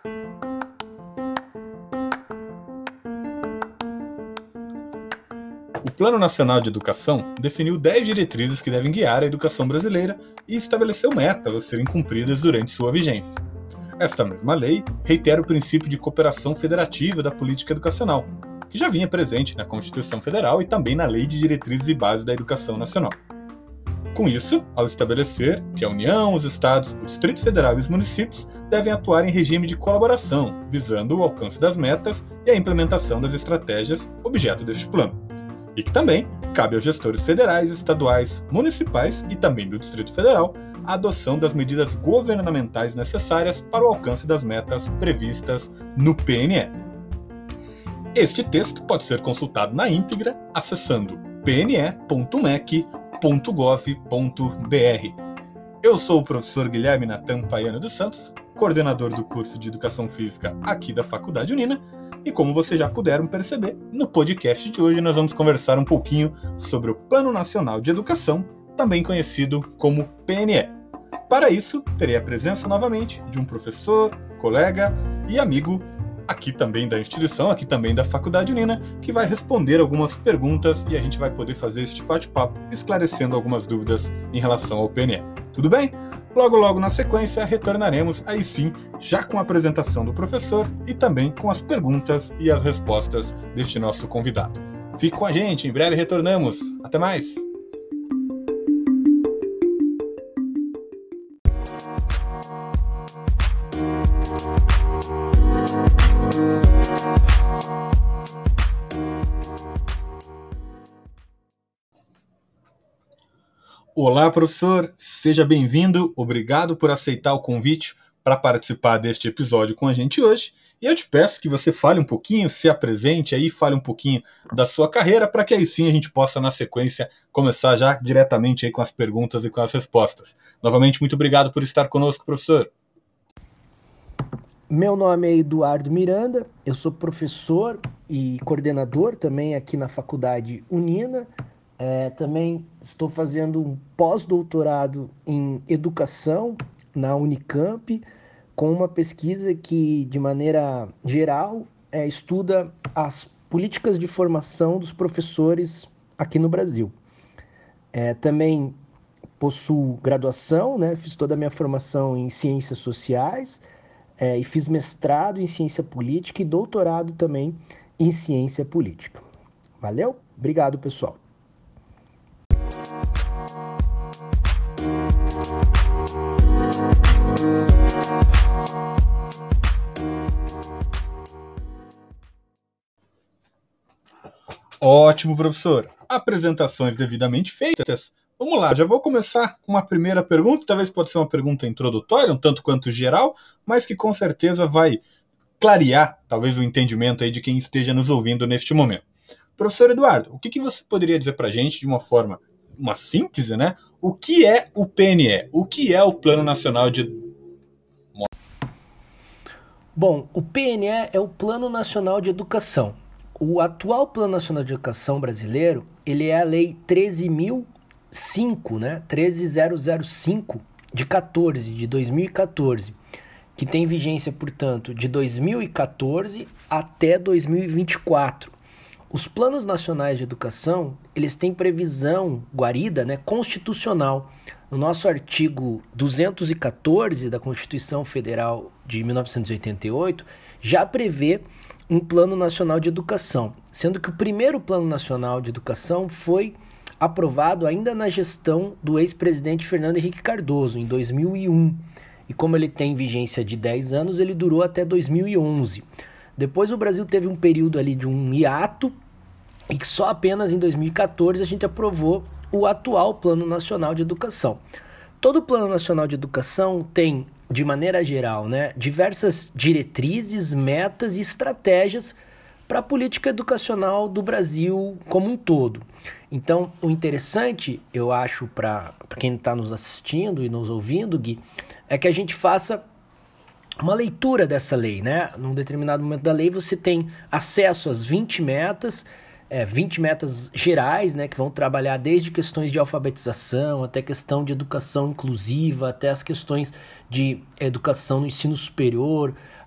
O Plano Nacional de Educação definiu 10 diretrizes que devem guiar a educação brasileira e estabeleceu metas a serem cumpridas durante sua vigência. Esta mesma lei reitera o princípio de cooperação federativa da política educacional, que já vinha presente na Constituição Federal e também na Lei de Diretrizes e Bases da Educação Nacional. Com isso, ao estabelecer que a União, os Estados, o Distrito Federal e os municípios devem atuar em regime de colaboração, visando o alcance das metas e a implementação das estratégias objeto deste plano. E que também cabe aos gestores federais, estaduais, municipais e também do Distrito Federal a adoção das medidas governamentais necessárias para o alcance das metas previstas no PNE. Este texto pode ser consultado na íntegra acessando pne.mec.gov.br. Eu sou o professor Guilherme Natan Paiano dos Santos, coordenador do curso de Educação Física aqui da Faculdade Unina, e como vocês já puderam perceber, no podcast de hoje nós vamos conversar um pouquinho sobre o Plano Nacional de Educação, também conhecido como PNE. Para isso, terei a presença novamente de um professor, colega e amigo aqui também da instituição, aqui também da Faculdade Unina, que vai responder algumas perguntas e a gente vai poder fazer este bate-papo esclarecendo algumas dúvidas em relação ao PNE. Tudo bem? Logo na sequência retornaremos aí sim, já com a apresentação do professor e também com as perguntas e as respostas deste nosso convidado. Fique com a gente, em breve retornamos. Até mais! Olá, professor! Seja bem-vindo, obrigado por aceitar o convite para participar deste episódio com a gente hoje. E eu te peço que você fale um pouquinho, se apresente aí, fale um pouquinho da sua carreira, para que aí sim a gente possa, na sequência, começar já diretamente aí com as perguntas e com as respostas. Novamente, muito obrigado por estar conosco, professor. Meu nome é Eduardo Miranda, eu sou professor e coordenador também aqui na Faculdade Unina. Também estou fazendo um pós-doutorado em educação na Unicamp, com uma pesquisa que, de maneira geral, estuda as políticas de formação dos professores aqui no Brasil. Também possuo graduação, fiz toda a minha formação em ciências sociais, e fiz mestrado em ciência política e doutorado também em ciência política. Valeu? Obrigado, pessoal. Ótimo, professor. Apresentações devidamente feitas. Vamos lá, já vou começar com uma primeira pergunta. Talvez pode ser uma pergunta introdutória, um tanto quanto geral, mas que com certeza vai clarear, talvez, o entendimento aí de quem esteja nos ouvindo neste momento. Professor Eduardo, o que você poderia dizer para a gente de uma forma, uma síntese, O que é o PNE? O que é o Plano Nacional de... Bom, o PNE é o Plano Nacional de Educação. O atual Plano Nacional de Educação brasileiro, ele é a Lei 13.005, de 2014, que tem vigência, portanto, de 2014 até 2024. Os planos nacionais de educação, eles têm previsão guarida, constitucional. No nosso artigo 214 da Constituição Federal de 1988, já prevê um Plano Nacional de Educação, sendo que o primeiro Plano Nacional de Educação foi aprovado ainda na gestão do ex-presidente Fernando Henrique Cardoso, em 2001. E como ele tem vigência de 10 anos, ele durou até 2011. Depois o Brasil teve um período ali de um hiato, e que só apenas em 2014 a gente aprovou o atual Plano Nacional de Educação. Todo Plano Nacional de Educação tem, de maneira geral, diversas diretrizes, metas e estratégias para a política educacional do Brasil como um todo. Então, o interessante, eu acho, para quem está nos assistindo e nos ouvindo, Gui, é que a gente faça uma leitura dessa lei, Num determinado momento da lei você tem acesso às 20 metas, 20 metas gerais, que vão trabalhar desde questões de alfabetização, até questão de educação inclusiva, até as questões de educação no ensino superior,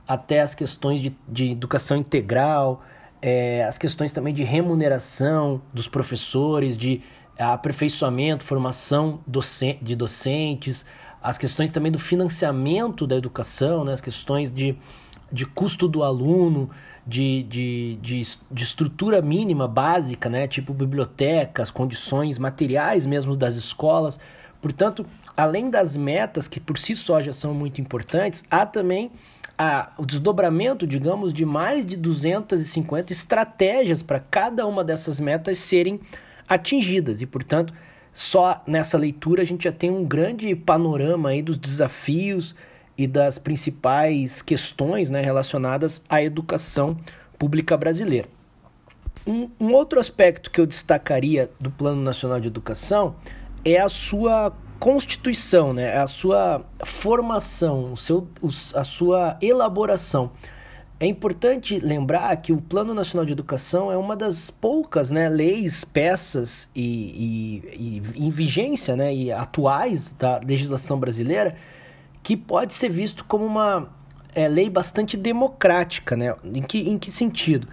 até as questões de educação integral, as questões também de remuneração dos professores, de aperfeiçoamento, formação de docentes, as questões também do financiamento da educação, né? As questões de custo do aluno, de estrutura mínima básica, né? Tipo bibliotecas, condições materiais mesmo das escolas. Portanto, além das metas, que por si só já são muito importantes, há também o desdobramento, digamos, de mais de 250 estratégias para cada uma dessas metas serem atingidas. E, portanto, só nessa leitura a gente já tem um grande panorama aí dos desafios e das principais questões, né, relacionadas à educação pública brasileira. Um outro aspecto que eu destacaria do Plano Nacional de Educação é a sua constituição, né, a sua formação, a sua elaboração. É importante lembrar que o Plano Nacional de Educação é uma das poucas, né, leis, peças e em vigência, né, e atuais da legislação brasileira, que pode ser visto como uma lei bastante democrática, né? Em que sentido?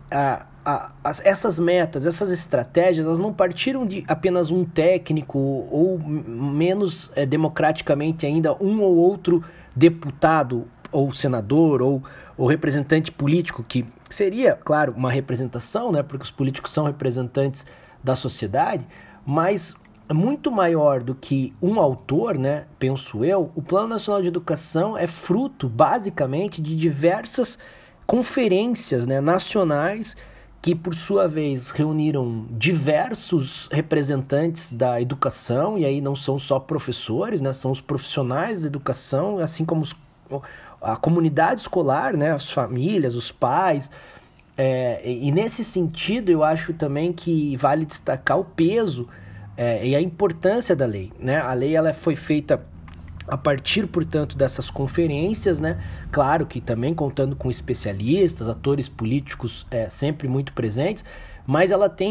Essas metas, essas estratégias, elas não partiram de apenas um técnico ou menos democraticamente ainda um ou outro deputado ou senador ou representante político, que seria, claro, uma representação, né? Porque os políticos são representantes da sociedade, mas muito maior do que um autor, né, penso eu. O Plano Nacional de Educação é fruto, basicamente, de diversas conferências, né, nacionais que, por sua vez, reuniram diversos representantes da educação, e aí não são só professores, né, são os profissionais da educação, assim como a comunidade escolar, né, as famílias, os pais. E nesse sentido, eu acho também que vale destacar o peso e a importância da lei, né? A lei ela foi feita a partir, portanto, dessas conferências, né? Claro que também contando com especialistas, atores políticos sempre muito presentes, mas ela tem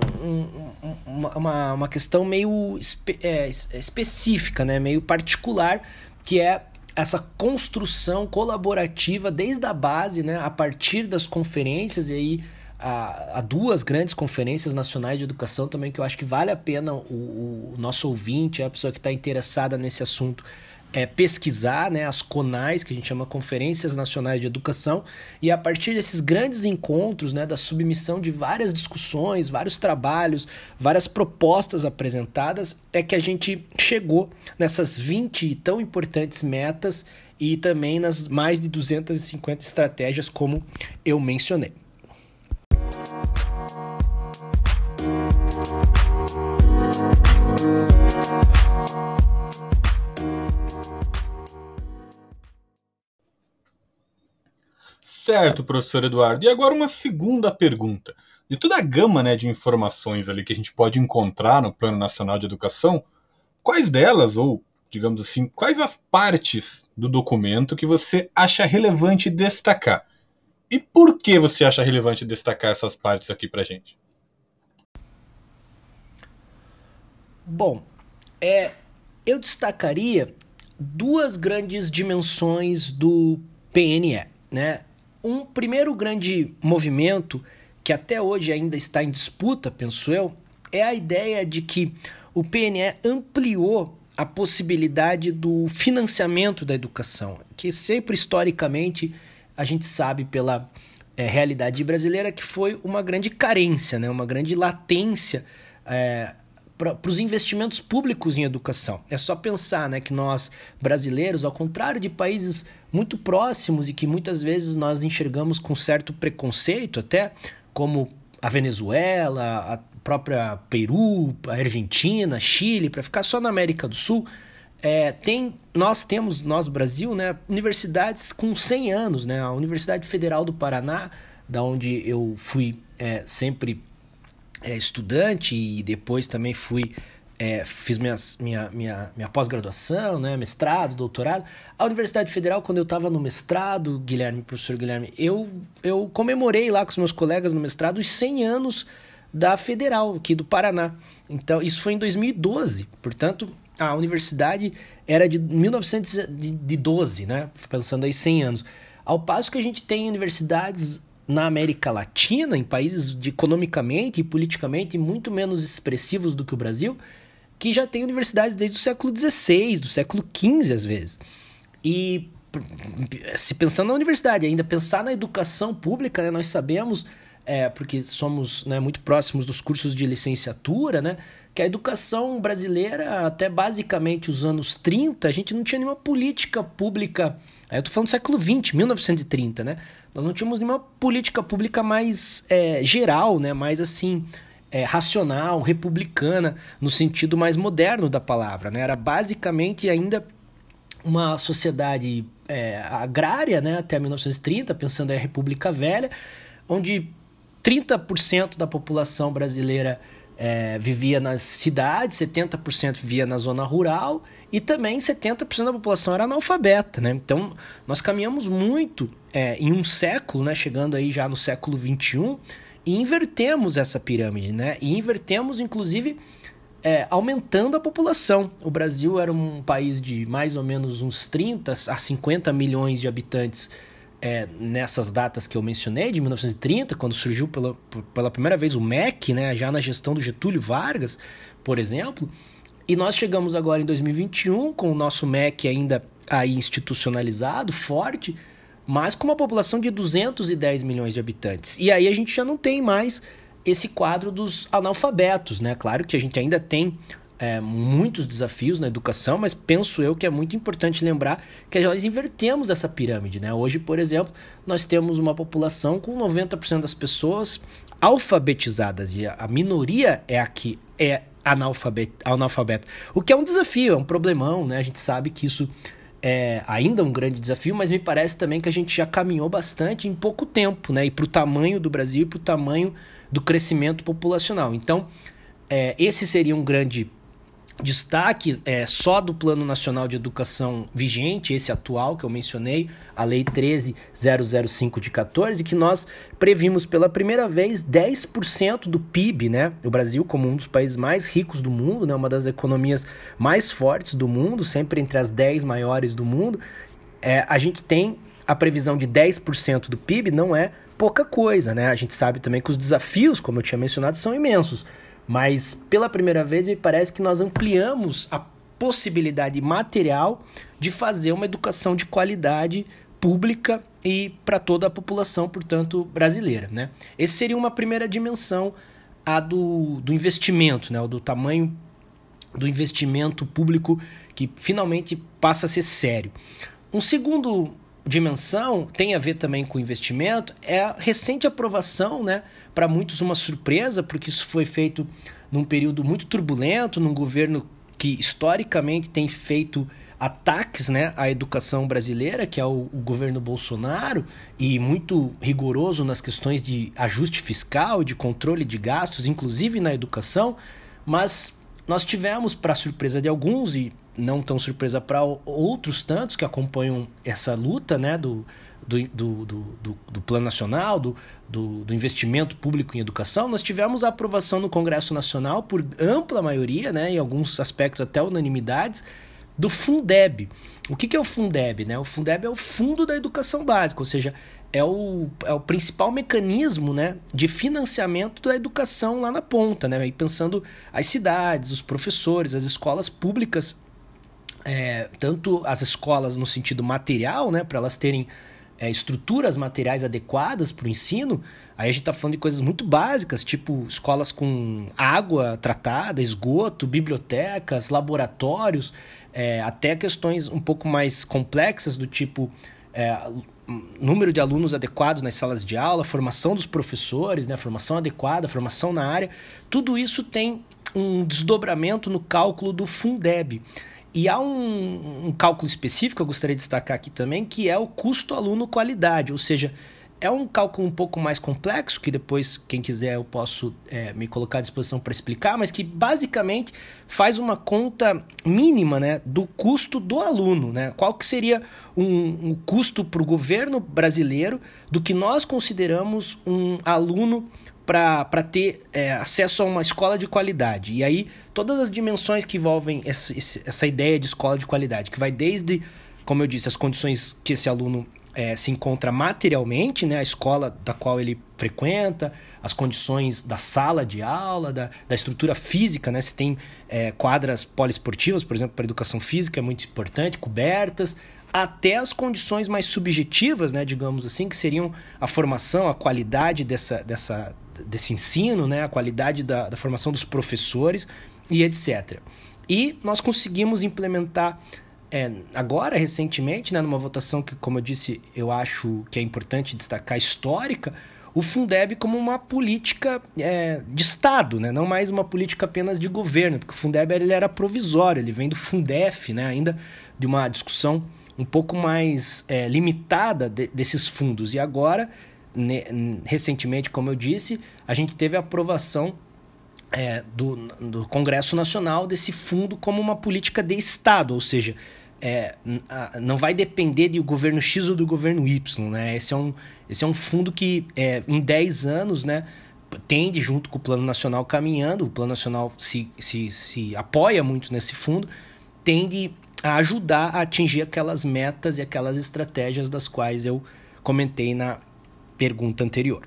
uma questão meio específica, né? Meio particular, que é essa construção colaborativa desde a base, né? A partir das conferências, e aí há duas grandes conferências nacionais de educação também que eu acho que vale a pena o nosso ouvinte, a pessoa que está interessada nesse assunto, pesquisar, né, as CONAES, que a gente chama Conferências Nacionais de Educação, e a partir desses grandes encontros, né, da submissão de várias discussões, vários trabalhos, várias propostas apresentadas, é que a gente chegou nessas 20 tão importantes metas e também nas mais de 250 estratégias, como eu mencionei. Certo, professor Eduardo. E agora uma segunda pergunta. De toda a gama, né, de informações ali que a gente pode encontrar no Plano Nacional de Educação, quais delas, ou digamos assim, quais as partes do documento que você acha relevante destacar? E por que você acha relevante destacar essas partes aqui pra gente? Bom, eu destacaria duas grandes dimensões do PNE, né? Um primeiro grande movimento, que até hoje ainda está em disputa, penso eu, é a ideia de que o PNE ampliou a possibilidade do financiamento da educação, que sempre historicamente a gente sabe pela realidade brasileira que foi uma grande carência, né? Uma grande latência para os investimentos públicos em educação. É só pensar, né, que nós, brasileiros, ao contrário de países muito próximos e que muitas vezes nós enxergamos com certo preconceito até, como a Venezuela, a própria Peru, a Argentina, Chile, para ficar só na América do Sul, nós, Brasil, né, universidades com 100 anos, né, a Universidade Federal do Paraná, da onde eu fui sempre estudante e depois também fiz minha pós-graduação, né, mestrado, doutorado. A Universidade Federal, quando eu estava no mestrado, professor Guilherme, eu comemorei lá com os meus colegas no mestrado os 100 anos da Federal aqui do Paraná. Então, isso foi em 2012, portanto, a universidade era de 1912, né, pensando aí 100 anos. Ao passo que a gente tem universidades na América Latina, em países economicamente e politicamente muito menos expressivos do que o Brasil, que já tem universidades desde o século XVI, do século XV às vezes. E se pensando na universidade, ainda pensar na educação pública, né, nós sabemos, porque somos, né, muito próximos dos cursos de licenciatura, né, que a educação brasileira, até basicamente os anos 30, a gente não tinha nenhuma política pública. Eu estou falando do século XX, 1930, né? Nós não tínhamos nenhuma política pública mais geral, né? Mais assim, racional, republicana, no sentido mais moderno da palavra, né? Era basicamente ainda uma sociedade agrária, né? Até 1930, pensando em República Velha, onde 30% da população brasileira vivia nas cidades, 70% vivia na zona rural e também 70% da população era analfabeta, né? Então, nós caminhamos muito em um século, né? Chegando aí já no século XXI, e invertemos essa pirâmide, né? E invertemos, inclusive, aumentando a população. O Brasil era um país de mais ou menos uns 30 a 50 milhões de habitantes nessas datas que eu mencionei, de 1930, quando surgiu pela primeira vez o MEC, né, já na gestão do Getúlio Vargas, por exemplo, e nós chegamos agora em 2021 com o nosso MEC ainda aí institucionalizado, forte, mas com uma população de 210 milhões de habitantes. E aí a gente já não tem mais esse quadro dos analfabetos, né? Claro que a gente ainda tem muitos desafios na educação, mas penso eu que é muito importante lembrar que nós invertemos essa pirâmide, né? Hoje, por exemplo, nós temos uma população com 90% das pessoas alfabetizadas e a minoria é a que é analfabeta, o que é um desafio, é um problemão, né? A gente sabe que isso é ainda um grande desafio, mas me parece também que a gente já caminhou bastante em pouco tempo, né? E para o tamanho do Brasil e para o tamanho do crescimento populacional. Então, esse seria um grande destaque só do Plano Nacional de Educação vigente, esse atual que eu mencionei, a Lei 13.005 de 14, que nós previmos pela primeira vez 10% do PIB, né? O Brasil, como um dos países mais ricos do mundo, né? Uma das economias mais fortes do mundo, sempre entre as 10 maiores do mundo, a gente tem a previsão de 10% do PIB, não é pouca coisa, né? A gente sabe também que os desafios, como eu tinha mencionado, são imensos. Mas, pela primeira vez, me parece que nós ampliamos a possibilidade material de fazer uma educação de qualidade pública e para toda a população, portanto, brasileira, né? Essa seria uma primeira dimensão, a do investimento, né? Do tamanho do investimento público que finalmente passa a ser sério. Um segundo dimensão tem a ver também com investimento, é a recente aprovação, né? Para muitos uma surpresa, porque isso foi feito num período muito turbulento, num governo que historicamente tem feito ataques, né, à educação brasileira, que é o governo Bolsonaro, e muito rigoroso nas questões de ajuste fiscal, de controle de gastos, inclusive na educação, mas nós tivemos, para surpresa de alguns e não tão surpresa para outros tantos que acompanham essa luta, né, do Plano Nacional, do investimento público em educação, nós tivemos a aprovação no Congresso Nacional por ampla maioria, né, em alguns aspectos até unanimidades, do Fundeb. O que é o Fundeb, né? O Fundeb é o Fundo da Educação Básica, ou seja, é o principal mecanismo, né, de financiamento da educação lá na ponta, né? E pensando as cidades, os professores, as escolas públicas, tanto as escolas no sentido material, né, para elas terem estruturas materiais adequadas para o ensino. Aí a gente está falando de coisas muito básicas, tipo escolas com água tratada, esgoto, bibliotecas, laboratórios, até questões um pouco mais complexas do tipo número de alunos adequados nas salas de aula, formação dos professores, né, formação adequada, formação na área. Tudo isso tem um desdobramento no cálculo do Fundeb. E há um cálculo específico que eu gostaria de destacar aqui também, que é o custo aluno-qualidade, ou seja, é um cálculo um pouco mais complexo, que depois, quem quiser, eu posso me colocar à disposição para explicar, mas que basicamente faz uma conta mínima, né, do custo do aluno, né? Qual que seria um custo para o governo brasileiro do que nós consideramos um aluno para ter acesso a uma escola de qualidade. E aí, todas as dimensões que envolvem essa ideia de escola de qualidade, que vai desde, como eu disse, as condições que esse aluno se encontra materialmente, né, a escola da qual ele frequenta, as condições da sala de aula, da estrutura física, né, se tem quadras poliesportivas, por exemplo, para educação física é muito importante, cobertas, até as condições mais subjetivas, né, digamos assim, que seriam a formação, a qualidade desse ensino, né, a qualidade da formação dos professores e etc. E nós conseguimos implementar agora, recentemente, né, numa votação que, como eu disse, eu acho que é importante destacar, histórica, o Fundeb como uma política de Estado, né, não mais uma política apenas de governo, porque o Fundeb ele era provisório, ele vem do Fundef, né, ainda de uma discussão um pouco mais limitada desses fundos. E agora, recentemente, como eu disse, a gente teve a aprovação do Congresso Nacional desse fundo como uma política de Estado, ou seja, não vai depender do governo X ou do governo Y, né? Esse é um fundo que em 10 anos, né, tende, junto com o Plano Nacional caminhando, o Plano Nacional se apoia muito nesse fundo, tende a ajudar a atingir aquelas metas e aquelas estratégias das quais eu comentei na pergunta anterior.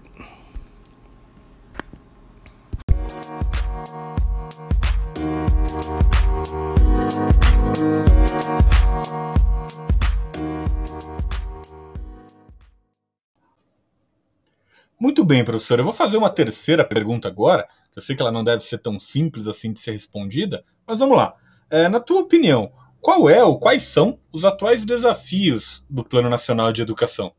Muito bem, professor. Eu vou fazer uma terceira pergunta agora, que eu sei que ela não deve ser tão simples assim de ser respondida, mas vamos lá. Na tua opinião, quais são os atuais desafios do Plano Nacional de Educação?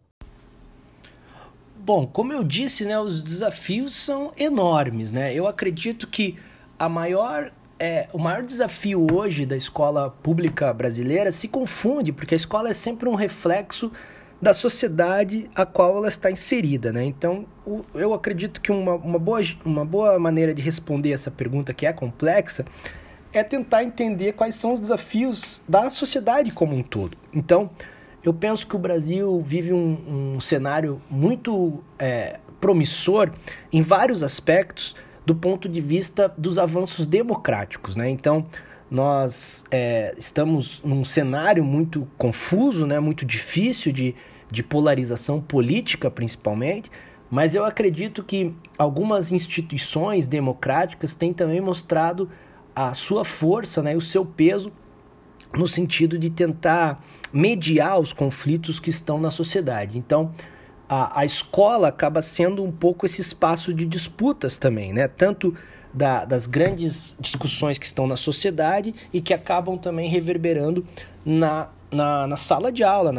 Bom, como eu disse, né, os desafios são enormes, né? Eu acredito que o maior desafio hoje da escola pública brasileira se confunde, porque a escola é sempre um reflexo da sociedade a qual ela está inserida, né? Então, eu acredito que uma boa maneira de responder essa pergunta, que é complexa, é tentar entender quais são os desafios da sociedade como um todo. Então, eu penso que o Brasil vive um cenário muito promissor em vários aspectos do ponto de vista dos avanços democráticos, né? Então, nós estamos num cenário muito confuso, né? Muito difícil de polarização política, principalmente, mas eu acredito que algumas instituições democráticas têm também mostrado a sua força, né, e o seu peso no sentido de tentar mediar os conflitos que estão na sociedade. Então, a escola acaba sendo um pouco esse espaço de disputas também, né? Tanto das grandes discussões que estão na sociedade e que acabam também reverberando na sala de aula,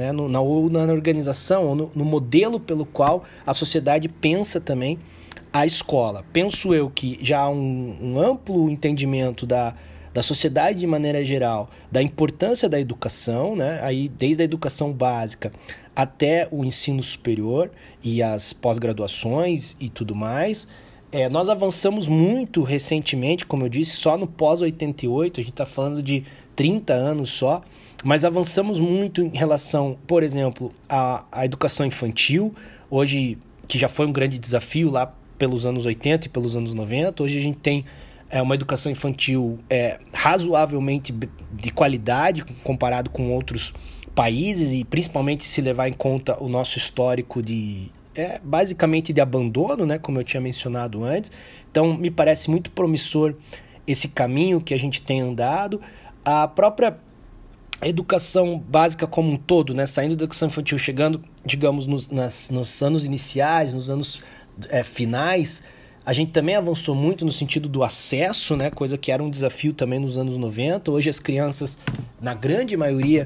ou na organização, ou no modelo pelo qual a sociedade pensa também a escola. Penso eu que já há um amplo entendimento da sociedade de maneira geral, da importância da educação, né? Aí, desde a educação básica até o ensino superior e as pós-graduações e tudo mais. Nós avançamos muito recentemente, como eu disse, só no pós-88, a gente está falando de 30 anos só, mas avançamos muito em relação, por exemplo, à educação infantil, hoje, que já foi um grande desafio lá pelos anos 80 e pelos anos 90, hoje a gente tem uma educação infantil razoavelmente de qualidade comparado com outros países e principalmente se levar em conta o nosso histórico basicamente de abandono, né, como eu tinha mencionado antes. Então, me parece muito promissor esse caminho que a gente tem andado. A própria educação básica como um todo, né, saindo da educação infantil, chegando, digamos, nos anos iniciais, nos anos finais, a gente também avançou muito no sentido do acesso, né, coisa que era um desafio também nos anos 90. Hoje as crianças, na grande maioria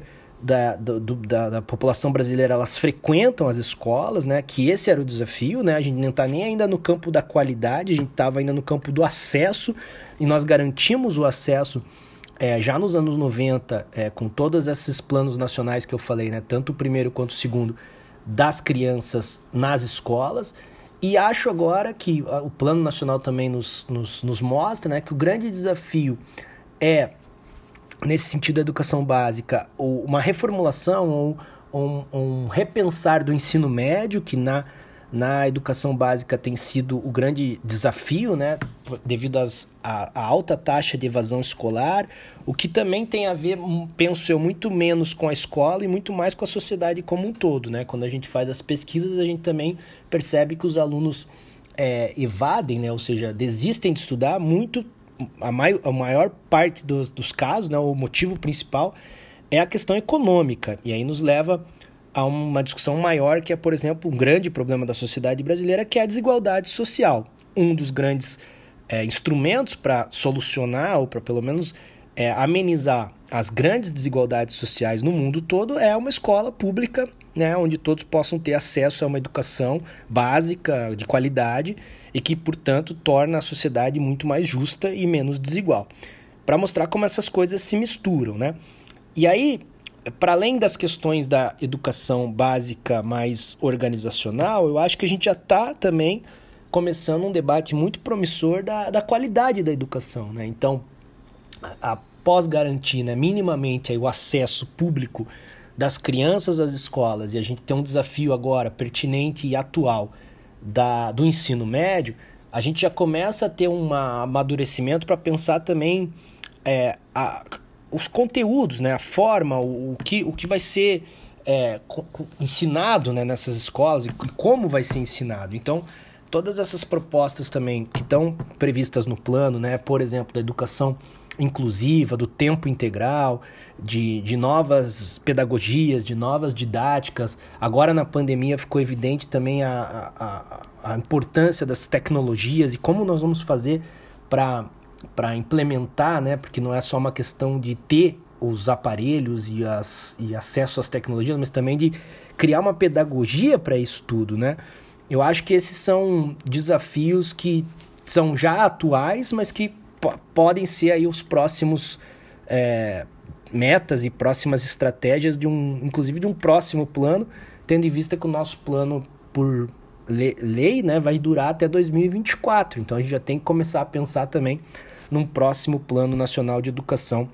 da população brasileira, elas frequentam as escolas, né? Que esse era o desafio, né? A gente não está nem ainda no campo da qualidade, a gente estava ainda no campo do acesso, e nós garantimos o acesso já nos anos 90, com todos esses planos nacionais que eu falei, né? Tanto o primeiro quanto o segundo, das crianças nas escolas. E acho agora que o Plano Nacional também nos mostra, né, que o grande desafio nesse sentido da educação básica, uma reformulação ou um repensar do ensino médio, que na educação básica tem sido o grande desafio, né, devido à alta taxa de evasão escolar, o que também tem a ver, penso eu, muito menos com a escola e muito mais com a sociedade como um todo, né? Quando a gente faz as pesquisas, a gente também percebe que os alunos evadem, né, ou seja, desistem de estudar muito, a maior parte dos casos, né, o motivo principal é a questão econômica, e aí nos leva a uma discussão maior que é, por exemplo, um grande problema da sociedade brasileira, que é a desigualdade social. Um dos grandes instrumentos para solucionar, ou para pelo menos amenizar as grandes desigualdades sociais no mundo todo é uma escola pública, né, onde todos possam ter acesso a uma educação básica, de qualidade, e que, portanto, torna a sociedade muito mais justa e menos desigual. Para mostrar como essas coisas se misturam, né? E aí, para além das questões da educação básica mais organizacional, eu acho que a gente já está também começando um debate muito promissor da qualidade da educação, né? Então, após garantir, né, minimamente aí, o acesso público das crianças às escolas, e a gente tem um desafio agora pertinente e atual do ensino médio, a gente já começa a ter um amadurecimento para pensar também os conteúdos, né, a forma, o que vai ser ensinado, né, nessas escolas e como vai ser ensinado. Então, todas essas propostas também que estão previstas no plano, né, por exemplo, da educação inclusiva, do tempo integral, de novas pedagogias, de novas didáticas. Agora na pandemia ficou evidente também a importância das tecnologias e como nós vamos fazer para implementar, né? Porque não é só uma questão de ter os aparelhos e acesso às tecnologias, mas também de criar uma pedagogia para isso tudo, né? Eu acho que esses são desafios que são já atuais, mas que podem ser aí os próximos metas e próximas estratégias inclusive de um próximo plano, tendo em vista que o nosso plano por lei, né, vai durar até 2024. Então a gente já tem que começar a pensar também num próximo Plano Nacional de Educação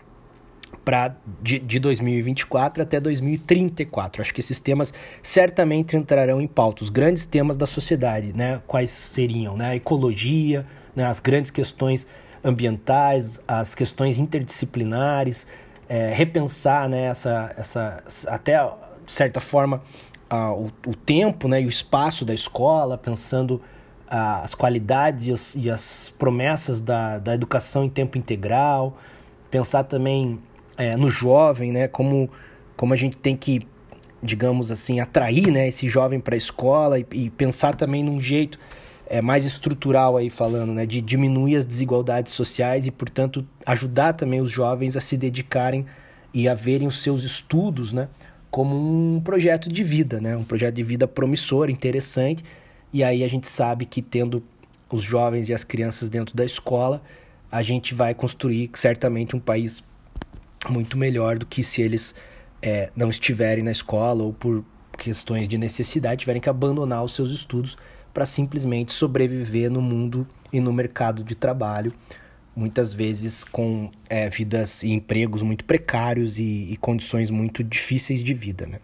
de 2024 até 2034. Acho que esses temas certamente entrarão em pauta, os grandes temas da sociedade, né? Quais seriam, né? A ecologia, né? As grandes questões ambientais, as questões interdisciplinares, repensar, né, até, de certa forma, o tempo, né, e o espaço da escola, pensando as qualidades e as promessas da educação em tempo integral, pensar também no jovem, né, como a gente tem que, digamos assim, atrair, né, esse jovem para a escola e pensar também num jeito mais estrutural aí falando, né, de diminuir as desigualdades sociais e, portanto, ajudar também os jovens a se dedicarem e a verem os seus estudos, né, como um projeto de vida, né, um projeto de vida promissor, interessante. E aí a gente sabe que tendo os jovens e as crianças dentro da escola, a gente vai construir certamente um país muito melhor do que se eles não estiverem na escola ou por questões de necessidade tiverem que abandonar os seus estudos para simplesmente sobreviver no mundo e no mercado de trabalho, muitas vezes com vidas e empregos muito precários e condições muito difíceis de vida, né?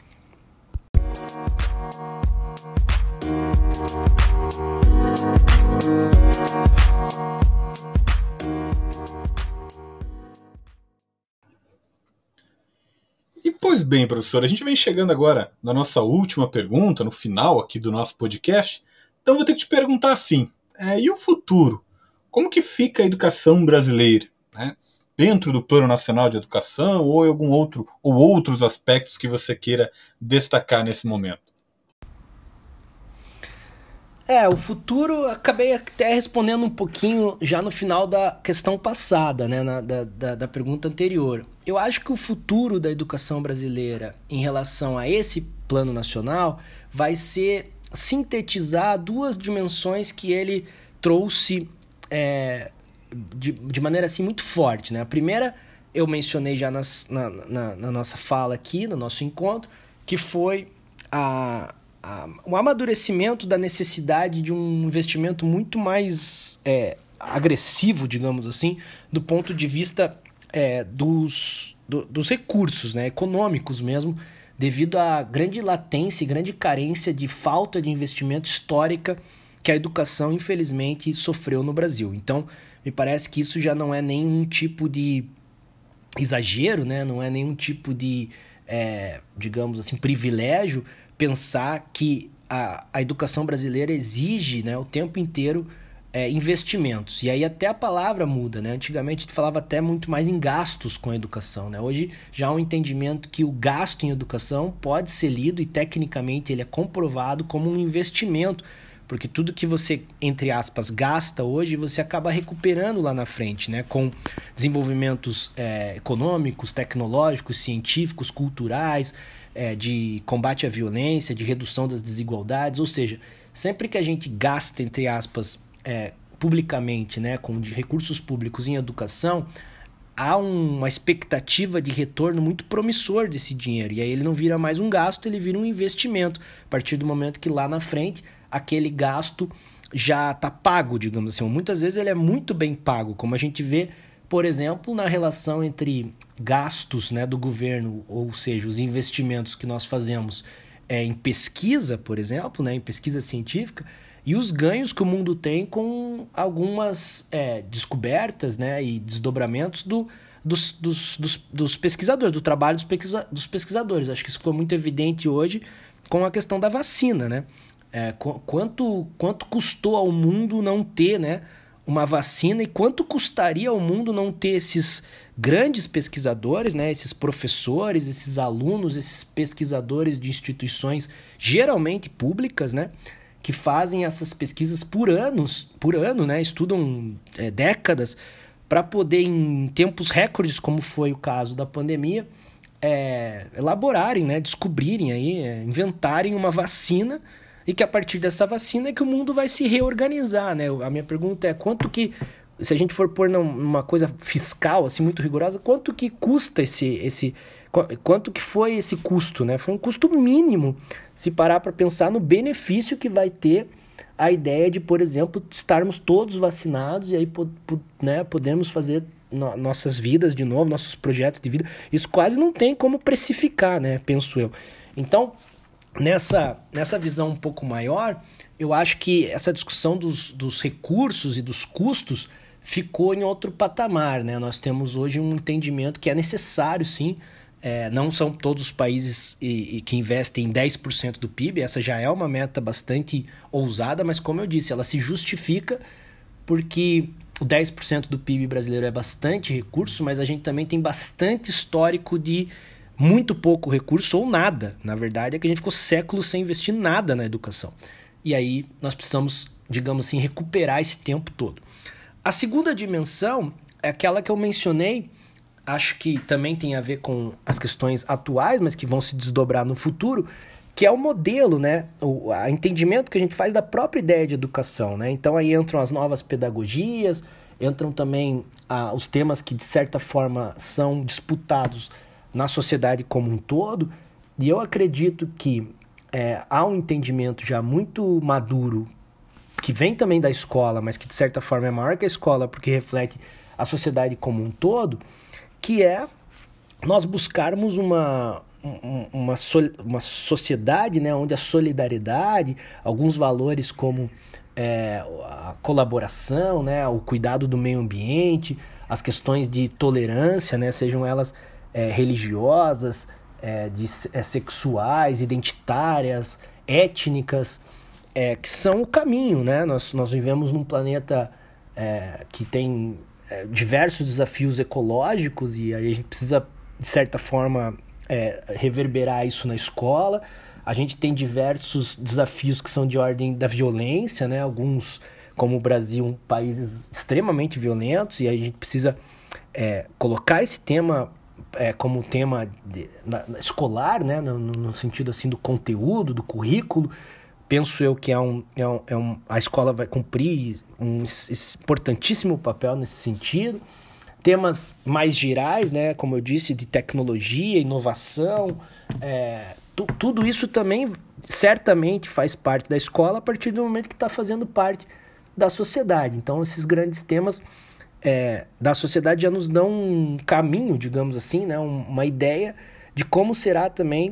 E pois bem, professor, a gente vem chegando agora na nossa última pergunta, no final aqui do nosso podcast. Então vou ter que te perguntar assim, e o futuro? Como que fica a educação brasileira, né? Dentro do Plano Nacional de Educação ou algum outro ou outros aspectos que você queira destacar nesse momento? O futuro, acabei até respondendo um pouquinho já no final da questão passada, né, da pergunta anterior. Eu acho que o futuro da educação brasileira em relação a esse plano nacional vai ser sintetizar duas dimensões que ele trouxe de maneira assim muito forte, né? A primeira eu mencionei já na nossa fala aqui, no nosso encontro, que foi o amadurecimento da necessidade de um investimento muito mais agressivo, digamos assim, do ponto de vista dos recursos, né, econômicos mesmo, devido à grande latência e grande carência de falta de investimento histórica que a educação, infelizmente, sofreu no Brasil. Então, me parece que isso já não é nenhum tipo de exagero, né? Não é nenhum tipo de, digamos assim, privilégio pensar que a educação brasileira exige, né, o tempo inteiro investimentos. E aí até a palavra muda, né? Antigamente a gente falava até muito mais em gastos com a educação, né? Hoje já há um entendimento que o gasto em educação pode ser lido e tecnicamente ele é comprovado como um investimento, porque tudo que você, entre aspas, gasta hoje, você acaba recuperando lá na frente, né? Com desenvolvimentos econômicos, tecnológicos, científicos, culturais, de combate à violência, de redução das desigualdades. Ou seja, sempre que a gente gasta, entre aspas, publicamente, né, com de recursos públicos em educação, há uma expectativa de retorno muito promissor desse dinheiro. E aí ele não vira mais um gasto, ele vira um investimento, a partir do momento que lá na frente aquele gasto já está pago, digamos assim. Muitas vezes ele é muito bem pago, como a gente vê, por exemplo, na relação entre gastos, né, do governo, ou seja, os investimentos que nós fazemos em pesquisa, por exemplo, né, em pesquisa científica, e os ganhos que o mundo tem com algumas descobertas, né, e desdobramentos dos pesquisadores, do trabalho dos pesquisadores. Acho que isso ficou muito evidente hoje com a questão da vacina, né? Quanto custou ao mundo não ter, né, uma vacina, e quanto custaria ao mundo não ter esses grandes pesquisadores, né, esses professores, esses alunos, esses pesquisadores de instituições geralmente públicas, né, que fazem essas pesquisas por ano, né, estudam décadas para poder, em tempos recordes, como foi o caso da pandemia, elaborarem, né, descobrirem, aí, inventarem uma vacina, e que a partir dessa vacina é que o mundo vai se reorganizar, né? A minha pergunta é quanto que, se a gente for pôr numa coisa fiscal, assim, muito rigorosa, quanto que custa quanto que foi esse custo, né? Foi um custo mínimo, se parar para pensar no benefício que vai ter a ideia de, por exemplo, estarmos todos vacinados e aí né, podemos fazer nossas vidas de novo, nossos projetos de vida. Isso quase não tem como precificar, né? Penso eu. Então, nessa visão um pouco maior, eu acho que essa discussão dos recursos e dos custos ficou em outro patamar, né? Nós temos hoje um entendimento que é necessário, sim. Não são todos os países que investem em 10% do PIB, essa já é uma meta bastante ousada, mas como eu disse, ela se justifica porque o 10% do PIB brasileiro é bastante recurso, mas a gente também tem bastante histórico de muito pouco recurso ou nada. Na verdade, é que a gente ficou séculos sem investir nada na educação. E aí nós precisamos, digamos assim, recuperar esse tempo todo. A segunda dimensão é aquela que eu mencionei, acho que também tem a ver com as questões atuais, mas que vão se desdobrar no futuro, que é o modelo, né? O entendimento que a gente faz da própria ideia de educação, né? Então aí entram as novas pedagogias, entram também os temas que, de certa forma, são disputados na sociedade como um todo, e eu acredito que há um entendimento já muito maduro, que vem também da escola, mas que de certa forma é maior que a escola, porque reflete a sociedade como um todo, que é nós buscarmos uma sociedade, né, onde a solidariedade, alguns valores como a colaboração, né, o cuidado do meio ambiente, as questões de tolerância, né, sejam elas religiosas, sexuais, identitárias, étnicas, que são o caminho, né? Nós vivemos num planeta que tem diversos desafios ecológicos e aí a gente precisa, de certa forma, reverberar isso na escola. A gente tem diversos desafios que são de ordem da violência, né? Alguns, como o Brasil, países extremamente violentos, e aí a gente precisa colocar esse tema como tema escolar, né? No sentido assim do conteúdo, do currículo. Penso eu que a escola vai cumprir um importantíssimo papel nesse sentido. Temas mais gerais, né? Como eu disse, de tecnologia, inovação, tudo isso também certamente faz parte da escola a partir do momento que está fazendo parte da sociedade. Então, esses grandes temas da sociedade já nos dão um caminho, digamos assim, né? Uma ideia de como será também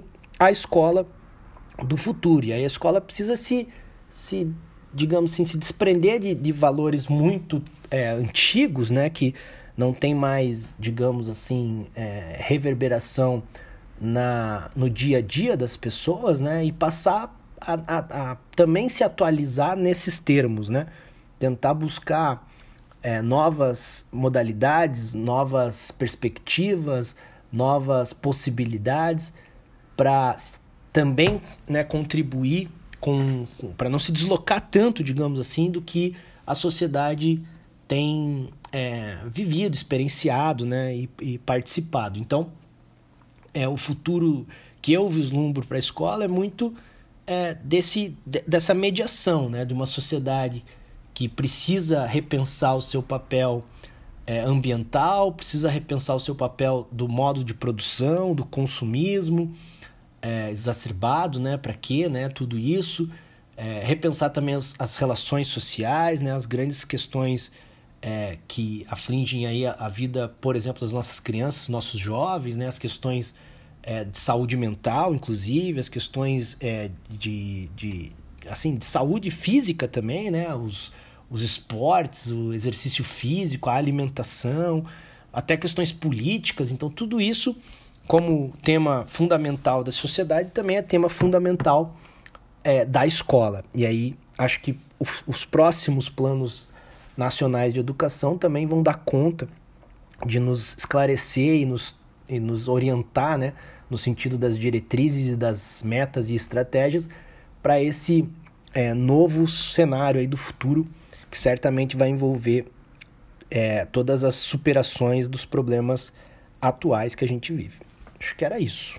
a escola do futuro. E aí a escola precisa digamos assim, se desprender de valores muito antigos, né, que não tem mais, digamos assim, reverberação no dia a dia das pessoas, né, e passar a também se atualizar nesses termos, né, tentar buscar novas modalidades, novas perspectivas, novas possibilidades para também, né, contribuir para não se deslocar tanto, digamos assim, do que a sociedade tem vivido, experienciado, né, e participado. Então, o futuro que eu vislumbro para a escola é muito dessa mediação, né, de uma sociedade que precisa repensar o seu papel ambiental, precisa repensar o seu papel do modo de produção, do consumismo exacerbado, né? Para quê, né? Tudo isso. Repensar também as relações sociais, né? As grandes questões que afligem aí a vida, por exemplo, das nossas crianças, nossos jovens, né? As questões de saúde mental, inclusive, as questões de saúde física também, né? Os esportes, o exercício físico, a alimentação, até questões políticas. Então, tudo isso, como tema fundamental da sociedade, também é tema fundamental da escola. E aí, acho que os próximos planos nacionais de educação também vão dar conta de nos esclarecer e nos orientar, né, no sentido das diretrizes, das metas e estratégias para esse novo cenário aí do futuro, que certamente vai envolver todas as superações dos problemas atuais que a gente vive. Acho que era isso.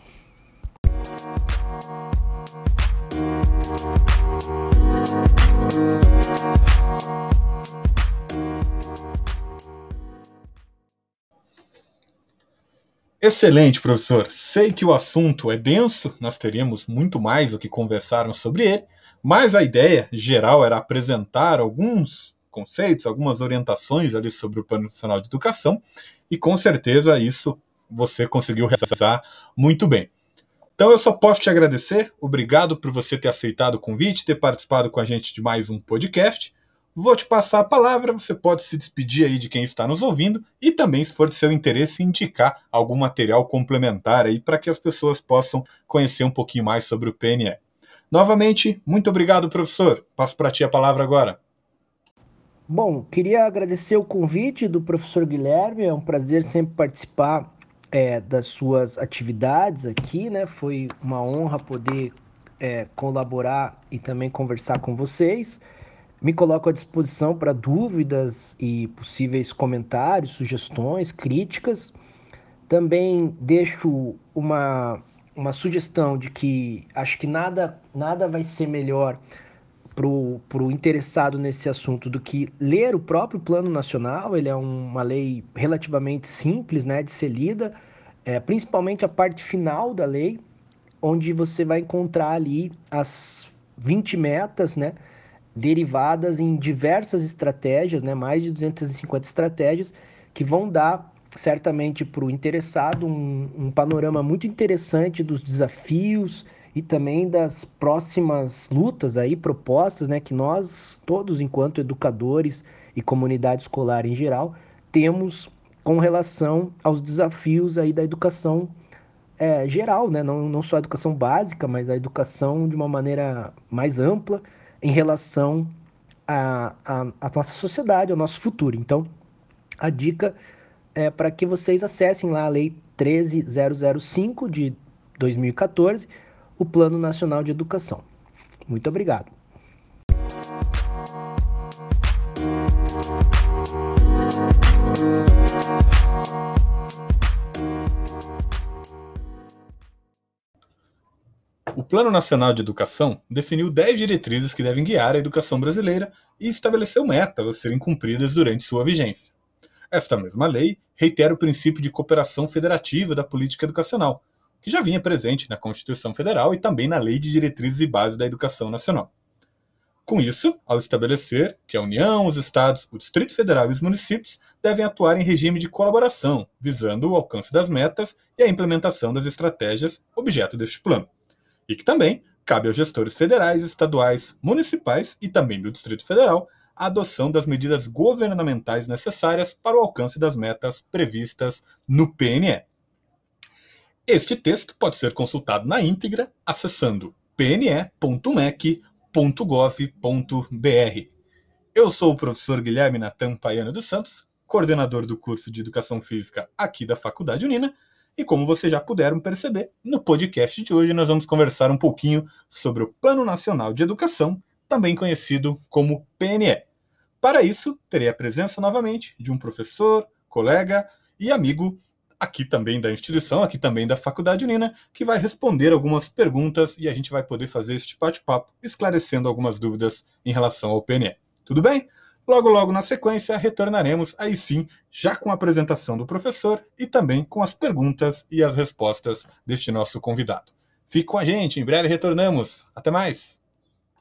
Excelente, professor. Sei que o assunto é denso, nós teríamos muito mais o que conversarmos sobre ele, mas a ideia geral era apresentar alguns conceitos, algumas orientações ali sobre o Plano Nacional de Educação, e com certeza isso você conseguiu realizar muito bem. Então eu só posso te agradecer, obrigado por você ter aceitado o convite, ter participado com a gente de mais um podcast. Vou te passar a palavra, você pode se despedir aí de quem está nos ouvindo e também, se for de seu interesse, indicar algum material complementar aí para que as pessoas possam conhecer um pouquinho mais sobre o PNE. Novamente, muito obrigado, professor. Passo para ti a palavra agora. Bom, queria agradecer o convite do professor Guilherme, é um prazer sempre participar das suas atividades aqui, né? Foi uma honra poder colaborar e também conversar com vocês. Me coloco à disposição para dúvidas e possíveis comentários, sugestões, críticas. Também deixo uma sugestão de que acho que nada vai ser melhor para o interessado nesse assunto do que ler o próprio Plano Nacional. Ele é uma lei relativamente simples, né, de ser lida, principalmente a parte final da lei, onde você vai encontrar ali as 20 metas, né, derivadas em diversas estratégias, né, mais de 250 estratégias, que vão dar certamente para o interessado um panorama muito interessante dos desafios e também das próximas lutas aí propostas, né, que nós todos, enquanto educadores e comunidade escolar em geral, temos com relação aos desafios aí da educação geral, né? Não só a educação básica, mas a educação de uma maneira mais ampla em relação à nossa sociedade, ao nosso futuro. Então, a dica é para que vocês acessem lá a Lei 13.005 de 2014, o Plano Nacional de Educação. Muito obrigado. O Plano Nacional de Educação definiu 10 diretrizes que devem guiar a educação brasileira e estabeleceu metas a serem cumpridas durante sua vigência. Esta mesma lei reitera o princípio de cooperação federativa da política educacional, que já vinha presente na Constituição Federal e também na Lei de Diretrizes e Bases da Educação Nacional. Com isso, ao estabelecer que a União, os Estados, o Distrito Federal e os municípios devem atuar em regime de colaboração, visando o alcance das metas e a implementação das estratégias objeto deste plano. e que também cabe aos gestores federais, estaduais, municipais e também do Distrito Federal a adoção das medidas governamentais necessárias para o alcance das metas previstas no PNE. Este texto pode ser consultado na íntegra acessando pne.mec.gov.br. Eu sou o professor Guilherme Natan Paiano dos Santos, coordenador do curso de Educação Física aqui da Faculdade Unina, e como vocês já puderam perceber, no podcast de hoje nós vamos conversar um pouquinho sobre o Plano Nacional de Educação, também conhecido como PNE. Para isso, terei a presença novamente de um professor, colega e amigo aqui também da instituição, aqui também da Faculdade Unina, que vai responder algumas perguntas e a gente vai poder fazer este bate-papo esclarecendo algumas dúvidas em relação ao PNE. Tudo bem? Logo na sequência retornaremos aí sim, já com a apresentação do professor e também com as perguntas e as respostas deste nosso convidado. Fique com a gente, em breve retornamos. Até mais!